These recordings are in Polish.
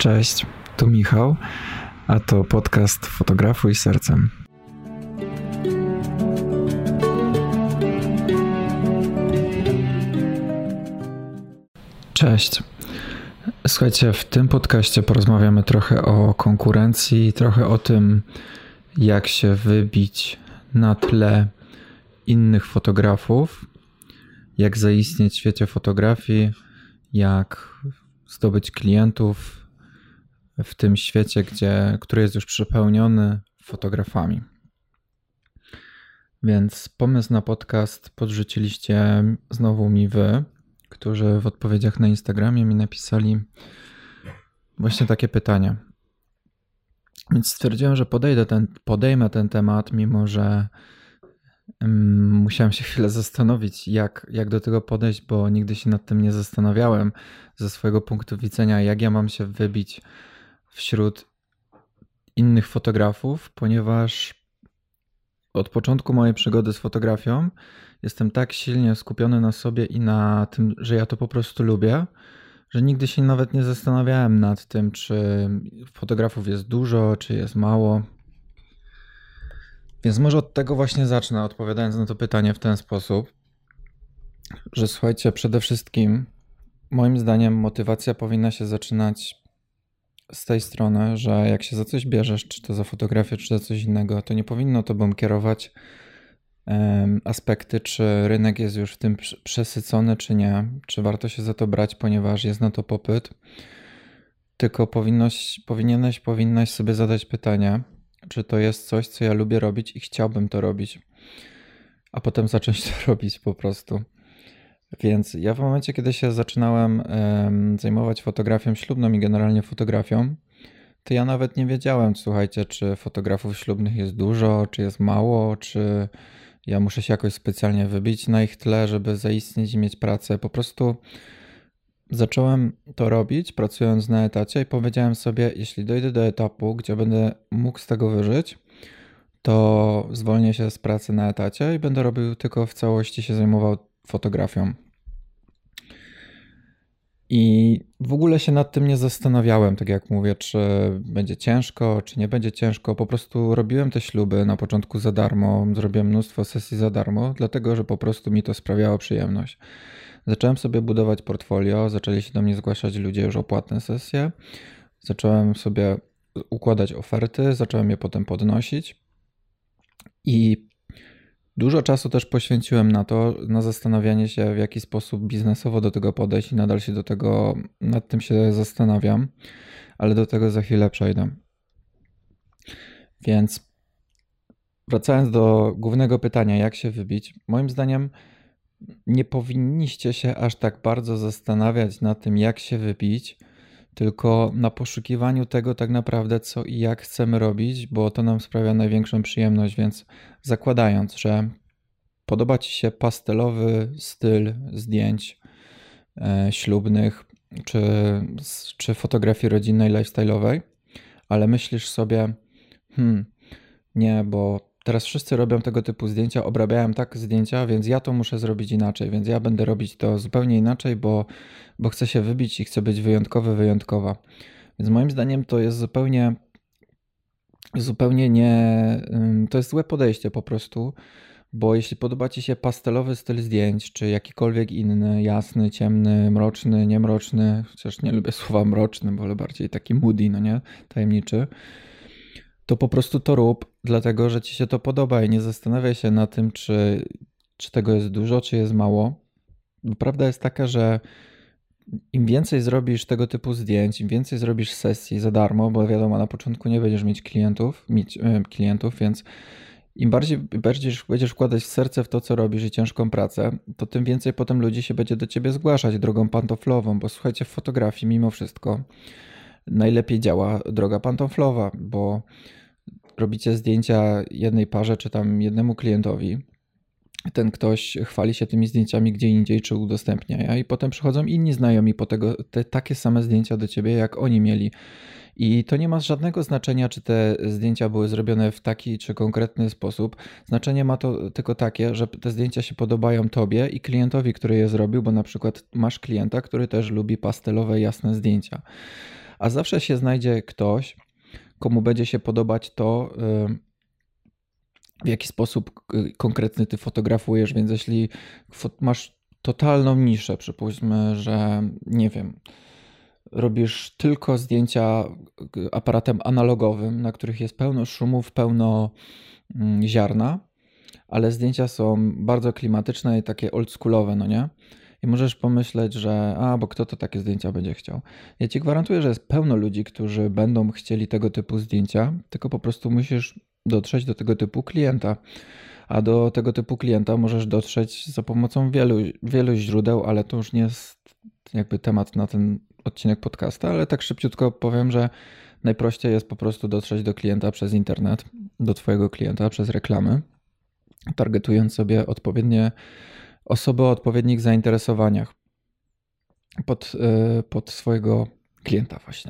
Cześć, tu Michał, a to podcast Fotografuj sercem. Cześć. Słuchajcie, w tym podcaście porozmawiamy trochę o konkurencji, trochę o tym, jak się wybić na tle innych fotografów, jak zaistnieć w świecie fotografii, jak zdobyć klientów w tym świecie, który jest już przepełniony fotografami. Więc pomysł na podcast podrzuciliście znowu mi wy, którzy w odpowiedziach na Instagramie mi napisali właśnie takie pytania. Więc stwierdziłem, że podejmę ten temat, mimo że musiałem się chwilę zastanowić, jak do tego podejść, bo nigdy się nad tym nie zastanawiałem ze swojego punktu widzenia, jak ja mam się wybić wśród innych fotografów, ponieważ od początku mojej przygody z fotografią jestem tak silnie skupiony na sobie i na tym, że ja to po prostu lubię, że nigdy się nawet nie zastanawiałem nad tym, czy fotografów jest dużo, czy jest mało. Więc może od tego właśnie zacznę, odpowiadając na to pytanie w ten sposób, że słuchajcie, przede wszystkim moim zdaniem motywacja powinna się zaczynać z tej strony, że jak się za coś bierzesz, czy to za fotografię, czy za coś innego, to nie powinno tobą kierować aspekty, czy rynek jest już w tym przesycony, czy nie, czy warto się za to brać, ponieważ jest na to popyt, tylko powinnaś sobie zadać pytanie, czy to jest coś, co ja lubię robić i chciałbym to robić, a potem zacząć to robić po prostu. Więc ja w momencie, kiedy się zaczynałem zajmować fotografią ślubną i generalnie fotografią, to ja nawet nie wiedziałem, słuchajcie, czy fotografów ślubnych jest dużo, czy jest mało, czy ja muszę się jakoś specjalnie wybić na ich tle, żeby zaistnieć i mieć pracę. Po prostu zacząłem to robić, pracując na etacie i powiedziałem sobie, jeśli dojdę do etapu, gdzie będę mógł z tego wyżyć, to zwolnię się z pracy na etacie i będę robił tylko w całości się zajmował fotografią. I w ogóle się nad tym nie zastanawiałem, tak jak mówię, czy będzie ciężko, czy nie będzie ciężko. Po prostu robiłem te śluby na początku za darmo, zrobiłem mnóstwo sesji za darmo, dlatego że po prostu mi to sprawiało przyjemność. Zacząłem sobie budować portfolio, zaczęli się do mnie zgłaszać ludzie już o płatne sesje, zacząłem sobie układać oferty, zacząłem je potem podnosić i dużo czasu też poświęciłem na zastanawianie się, w jaki sposób biznesowo do tego podejść i nadal się nad tym się zastanawiam, ale do tego za chwilę przejdę. Więc wracając do głównego pytania, jak się wybić, moim zdaniem nie powinniście się aż tak bardzo zastanawiać nad tym, jak się wybić, tylko na poszukiwaniu tego tak naprawdę, co i jak chcemy robić, bo to nam sprawia największą przyjemność, więc zakładając, że podoba ci się pastelowy styl zdjęć ślubnych czy fotografii rodzinnej, lifestyle'owej, ale myślisz sobie, nie, bo teraz wszyscy robią tego typu zdjęcia, obrabiają tak zdjęcia, więc ja to muszę zrobić inaczej, więc ja będę robić to zupełnie inaczej, bo chcę się wybić i chcę być wyjątkowa. Więc moim zdaniem to jest zupełnie nie, to jest złe podejście po prostu, bo jeśli podoba ci się pastelowy styl zdjęć, czy jakikolwiek inny, jasny, ciemny, mroczny, niemroczny, chociaż nie lubię słowa mroczny, wolę bardziej taki moody, no nie, tajemniczy, to po prostu to rób, dlatego że ci się to podoba i nie zastanawiaj się na tym, czy tego jest dużo, czy jest mało. Bo prawda jest taka, że im więcej zrobisz tego typu zdjęć, im więcej zrobisz sesji za darmo, bo wiadomo, na początku nie będziesz mieć klientów, więc im bardziej będziesz wkładać serce w to, co robisz i ciężką pracę, to tym więcej potem ludzi się będzie do ciebie zgłaszać drogą pantoflową, bo słuchajcie, w fotografii mimo wszystko najlepiej działa droga pantoflowa, bo robicie zdjęcia jednej parze czy tam jednemu klientowi, ten ktoś chwali się tymi zdjęciami gdzie indziej czy udostępnia je i potem przychodzą inni znajomi po takie same zdjęcia do ciebie, jak oni mieli. I to nie ma żadnego znaczenia, czy te zdjęcia były zrobione w taki czy konkretny sposób. Znaczenie ma to tylko takie, że te zdjęcia się podobają tobie i klientowi, który je zrobił, bo na przykład masz klienta, który też lubi pastelowe, jasne zdjęcia. a zawsze się znajdzie ktoś, komu będzie się podobać to, w jaki sposób konkretny ty fotografujesz, więc jeśli masz totalną niszę, przypuśćmy, że nie wiem, robisz tylko zdjęcia aparatem analogowym, na których jest pełno szumów, pełno ziarna, ale zdjęcia są bardzo klimatyczne i takie oldschoolowe, no nie? I możesz pomyśleć, że bo kto to takie zdjęcia będzie chciał. Ja ci gwarantuję, że jest pełno ludzi, którzy będą chcieli tego typu zdjęcia, tylko po prostu musisz dotrzeć do tego typu klienta. A do tego typu klienta możesz dotrzeć za pomocą wielu źródeł, ale to już nie jest jakby temat na ten odcinek podcasta, ale tak szybciutko powiem, że najprościej jest po prostu dotrzeć do klienta przez internet, do twojego klienta przez reklamy, targetując sobie odpowiednie osoby o odpowiednich zainteresowaniach pod swojego klienta właśnie.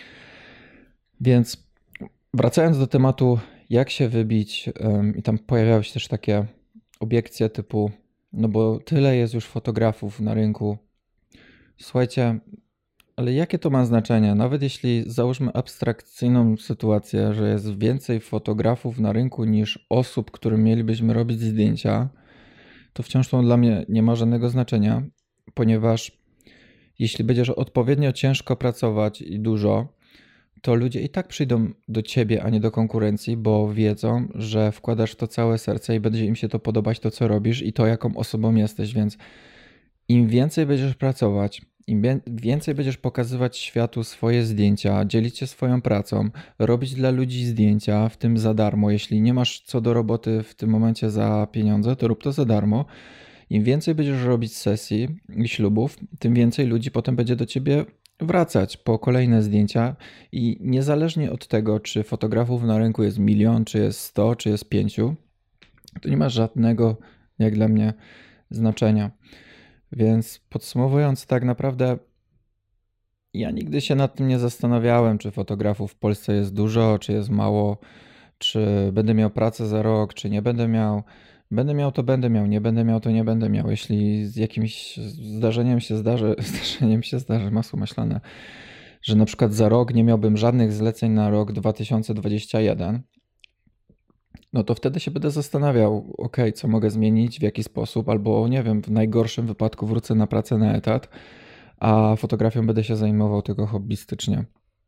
Więc wracając do tematu, jak się wybić, i tam pojawiały się też takie obiekcje typu, no bo tyle jest już fotografów na rynku. Słuchajcie, ale jakie to ma znaczenie? Nawet jeśli załóżmy abstrakcyjną sytuację, że jest więcej fotografów na rynku niż osób, którym mielibyśmy robić zdjęcia, to wciąż to dla mnie nie ma żadnego znaczenia, ponieważ jeśli będziesz odpowiednio ciężko pracować i dużo, to ludzie i tak przyjdą do ciebie, a nie do konkurencji, bo wiedzą, że wkładasz w to całe serce i będzie im się to podobać, to co robisz i to, jaką osobą jesteś, więc im więcej będziesz pracować, im więcej będziesz pokazywać światu swoje zdjęcia, dzielić się swoją pracą, robić dla ludzi zdjęcia, w tym za darmo. Jeśli nie masz co do roboty w tym momencie za pieniądze, to rób to za darmo. Im więcej będziesz robić sesji i ślubów, tym więcej ludzi potem będzie do ciebie wracać po kolejne zdjęcia i niezależnie od tego, czy fotografów na rynku jest 1 000 000, czy jest 100, czy jest 5, to nie ma żadnego, jak dla mnie, znaczenia. Więc podsumowując, tak naprawdę ja nigdy się nad tym nie zastanawiałem, czy fotografów w Polsce jest dużo, czy jest mało, czy będę miał pracę za rok, czy nie będę miał. Będę miał, to będę miał, nie będę miał, to nie będę miał. Jeśli z jakimś zdarzeniem się zdarzy, masło maślane, że na przykład za rok nie miałbym żadnych zleceń na rok 2021, no to wtedy się będę zastanawiał, co mogę zmienić, w jaki sposób, albo nie wiem, w najgorszym wypadku wrócę na pracę na etat, a fotografią będę się zajmował tylko hobbystycznie.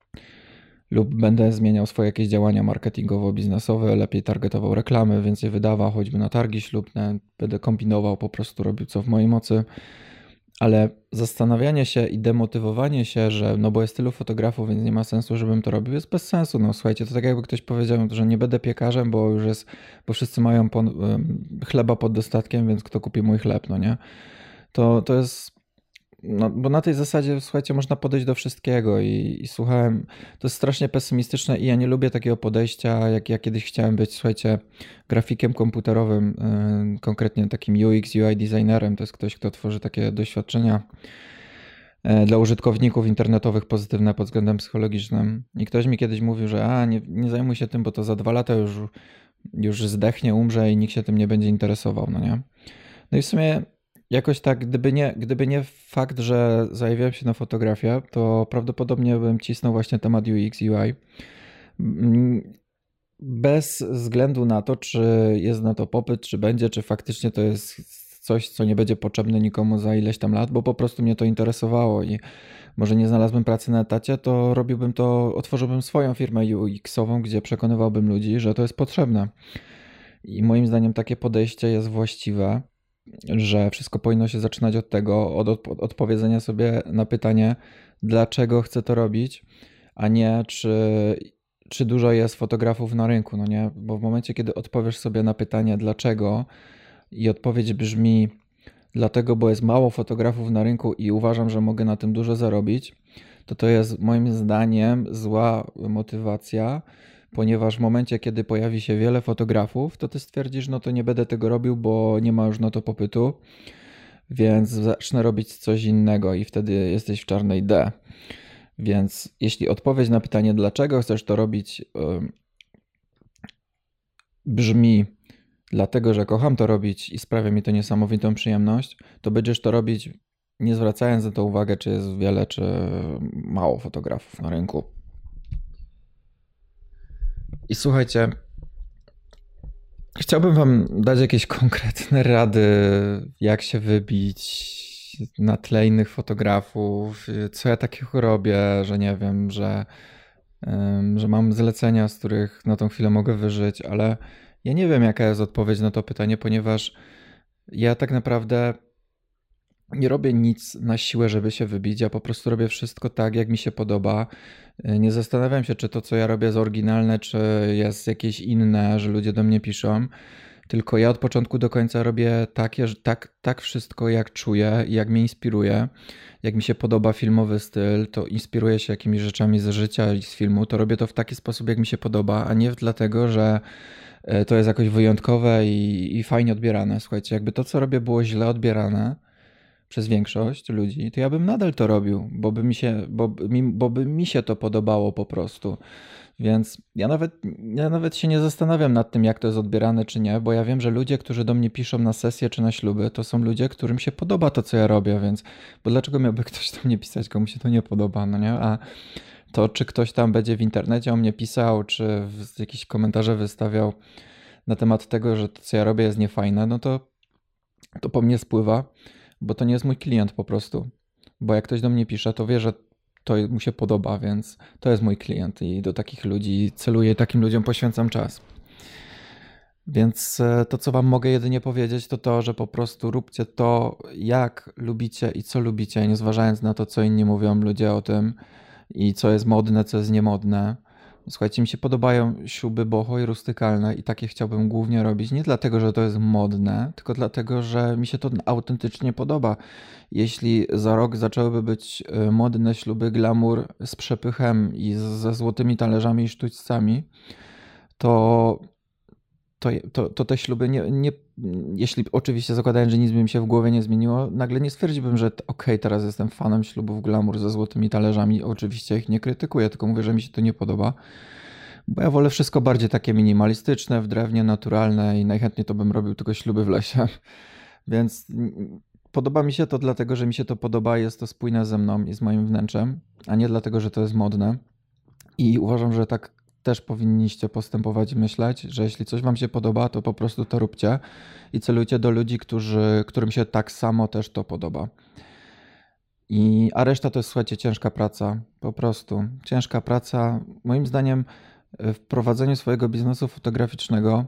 Lub będę zmieniał swoje jakieś działania marketingowo-biznesowe, lepiej targetował reklamy, więcej wydawał, choćby na targi ślubne, będę kombinował, po prostu robił co w mojej mocy. Ale zastanawianie się i demotywowanie się, że no bo jest tylu fotografów, więc nie ma sensu, żebym to robił, jest bez sensu. No słuchajcie, to tak jakby ktoś powiedział, że nie będę piekarzem, bo wszyscy mają chleba pod dostatkiem, więc kto kupi mój chleb, no nie? To jest, no bo na tej zasadzie, słuchajcie, można podejść do wszystkiego i słuchałem, to jest strasznie pesymistyczne i ja nie lubię takiego podejścia, jak ja kiedyś chciałem być, słuchajcie, grafikiem komputerowym, konkretnie takim UX, UI designerem, to jest ktoś, kto tworzy takie doświadczenia dla użytkowników internetowych pozytywne pod względem psychologicznym. I ktoś mi kiedyś mówił, że nie zajmuj się tym, bo to za 2 lata już zdechnie, umrze i nikt się tym nie będzie interesował, no nie? No i w sumie jakoś tak, gdyby nie fakt, że zajawiałem się na fotografię, to prawdopodobnie bym cisnął właśnie temat UX, UI. Bez względu na to, czy jest na to popyt, czy będzie, czy faktycznie to jest coś, co nie będzie potrzebne nikomu za ileś tam lat, bo po prostu mnie to interesowało i może nie znalazłbym pracy na etacie, to otworzyłbym swoją firmę UX-ową, gdzie przekonywałbym ludzi, że to jest potrzebne. I moim zdaniem takie podejście jest właściwe, że wszystko powinno się zaczynać od tego, od odpowiedzenia sobie na pytanie, dlaczego chcę to robić, a nie czy dużo jest fotografów na rynku, no nie? Bo w momencie, kiedy odpowiesz sobie na pytanie dlaczego i odpowiedź brzmi dlatego, bo jest mało fotografów na rynku i uważam, że mogę na tym dużo zarobić, to jest moim zdaniem zła motywacja, ponieważ w momencie, kiedy pojawi się wiele fotografów, to ty stwierdzisz, no to nie będę tego robił, bo nie ma już na to popytu, więc zacznę robić coś innego i wtedy jesteś w czarnej D. Więc jeśli odpowiedź na pytanie, dlaczego chcesz to robić, brzmi dlatego, że kocham to robić i sprawia mi to niesamowitą przyjemność, to będziesz to robić nie zwracając na to uwagę, czy jest wiele, czy mało fotografów na rynku. I słuchajcie, chciałbym wam dać jakieś konkretne rady, jak się wybić na tle innych fotografów, co ja takiego robię, że nie wiem, że mam zlecenia, z których na tą chwilę mogę wyżyć, ale ja nie wiem, jaka jest odpowiedź na to pytanie, ponieważ ja tak naprawdę nie robię nic na siłę, żeby się wybić. Ja po prostu robię wszystko tak, jak mi się podoba. Nie zastanawiam się, czy to, co ja robię, jest oryginalne, czy jest jakieś inne, że ludzie do mnie piszą. Tylko ja od początku do końca robię takie, że tak wszystko, jak czuję i jak mnie inspiruje. Jak mi się podoba filmowy styl, to inspiruję się jakimiś rzeczami z życia i z filmu, to robię to w taki sposób, jak mi się podoba, a nie dlatego, że to jest jakoś wyjątkowe i fajnie odbierane. Słuchajcie, jakby to, co robię, było źle odbierane przez większość ludzi, to ja bym nadal to robił, bo by mi się to podobało po prostu. Więc ja nawet się nie zastanawiam nad tym, jak to jest odbierane, czy nie, bo ja wiem, że ludzie, którzy do mnie piszą na sesje czy na śluby, to są ludzie, którym się podoba to, co ja robię, więc bo dlaczego miałby ktoś do mnie pisać, komu się to nie podoba, no nie? A to, czy ktoś tam będzie w internecie o mnie pisał, czy jakieś komentarze wystawiał na temat tego, że to, co ja robię, jest niefajne, no to po mnie spływa, bo to nie jest mój klient po prostu. Bo jak ktoś do mnie pisze, to wie, że to mu się podoba, więc to jest mój klient i do takich ludzi celuję, takim ludziom poświęcam czas. Więc to, co wam mogę jedynie powiedzieć, to to, że po prostu róbcie to, jak lubicie i co lubicie, nie zważając na to, co inni mówią ludzie o tym i co jest modne, co jest niemodne. Słuchajcie, mi się podobają śluby boho i rustykalne i takie chciałbym głównie robić. Nie dlatego, że to jest modne, tylko dlatego, że mi się to autentycznie podoba. Jeśli za rok zaczęłyby być modne śluby glamour z przepychem i ze złotymi talerzami i sztućcami, to to te śluby jeśli oczywiście zakładając, że nic by mi się w głowie nie zmieniło, nagle nie stwierdziłbym, że okej, teraz jestem fanem ślubów glamour ze złotymi talerzami. Oczywiście ich nie krytykuję, tylko mówię, że mi się to nie podoba. Bo ja wolę wszystko bardziej takie minimalistyczne, w drewnie, naturalne i najchętniej to bym robił tylko śluby w lesie. Więc podoba mi się to dlatego, że mi się to podoba, jest to spójne ze mną i z moim wnętrzem, a nie dlatego, że to jest modne. I uważam, że tak też powinniście postępować i myśleć, że jeśli coś wam się podoba, to po prostu to róbcie i celujcie do ludzi, którym się tak samo też to podoba. A reszta to jest, słuchajcie, ciężka praca. Po prostu ciężka praca. Moim zdaniem w prowadzeniu swojego biznesu fotograficznego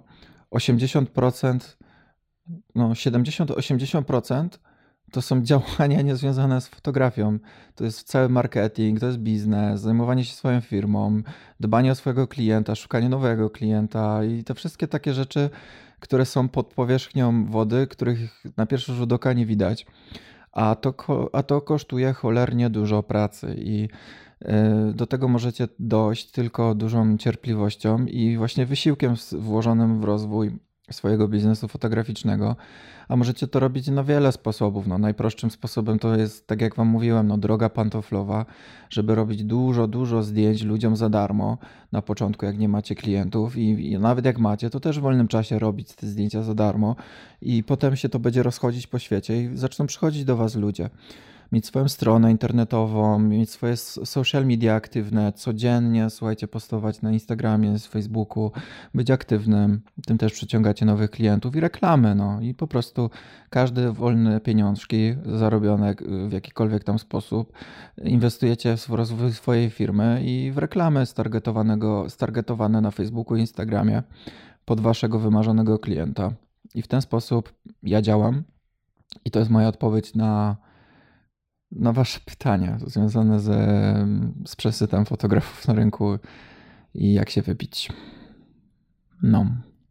80%, no 70-80% to są działania niezwiązane z fotografią. To jest cały marketing, to jest biznes, zajmowanie się swoją firmą, dbanie o swojego klienta, szukanie nowego klienta i te wszystkie takie rzeczy, które są pod powierzchnią wody, których na pierwszy rzut oka nie widać. A to kosztuje cholernie dużo pracy i do tego możecie dojść tylko dużą cierpliwością i właśnie wysiłkiem włożonym w rozwój swojego biznesu fotograficznego, a możecie to robić na wiele sposobów. No, najprostszym sposobem to jest, tak jak wam mówiłem, no, droga pantoflowa, żeby robić dużo, dużo zdjęć ludziom za darmo na początku, jak nie macie klientów i nawet jak macie, to też w wolnym czasie robić te zdjęcia za darmo i potem się to będzie rozchodzić po świecie i zaczną przychodzić do was ludzie. Mieć swoją stronę internetową, mieć swoje social media aktywne, codziennie, słuchajcie, postować na Instagramie, z Facebooku, być aktywnym, tym też przyciągacie nowych klientów i reklamy, no i po prostu każde wolne pieniążki zarobione w jakikolwiek tam sposób inwestujecie w rozwój swojej firmy i w reklamy stargetowane na Facebooku i Instagramie pod waszego wymarzonego klienta. I w ten sposób ja działam i to jest moja odpowiedź na wasze pytania związane z przesytem fotografów na rynku i jak się wybić. No,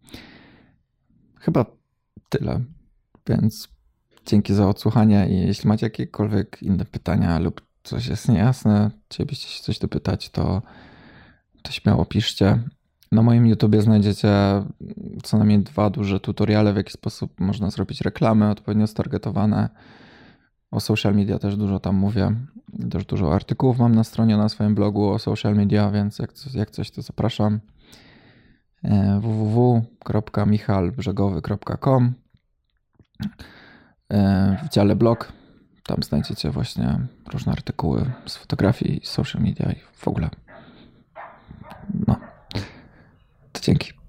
chyba tyle, więc dzięki za odsłuchanie i jeśli macie jakiekolwiek inne pytania lub coś jest niejasne, chcielibyście się coś dopytać, to śmiało piszcie. Na moim YouTubie znajdziecie co najmniej 2 duże tutoriale, w jaki sposób można zrobić reklamy odpowiednio stargetowane. O social media też dużo tam mówię. Też dużo artykułów mam na stronie, na swoim blogu o social media, więc jak coś to zapraszam. www.michalbrzegowy.com. W dziale blog Tam znajdziecie właśnie różne artykuły z fotografii, social media i w ogóle. No, to dzięki.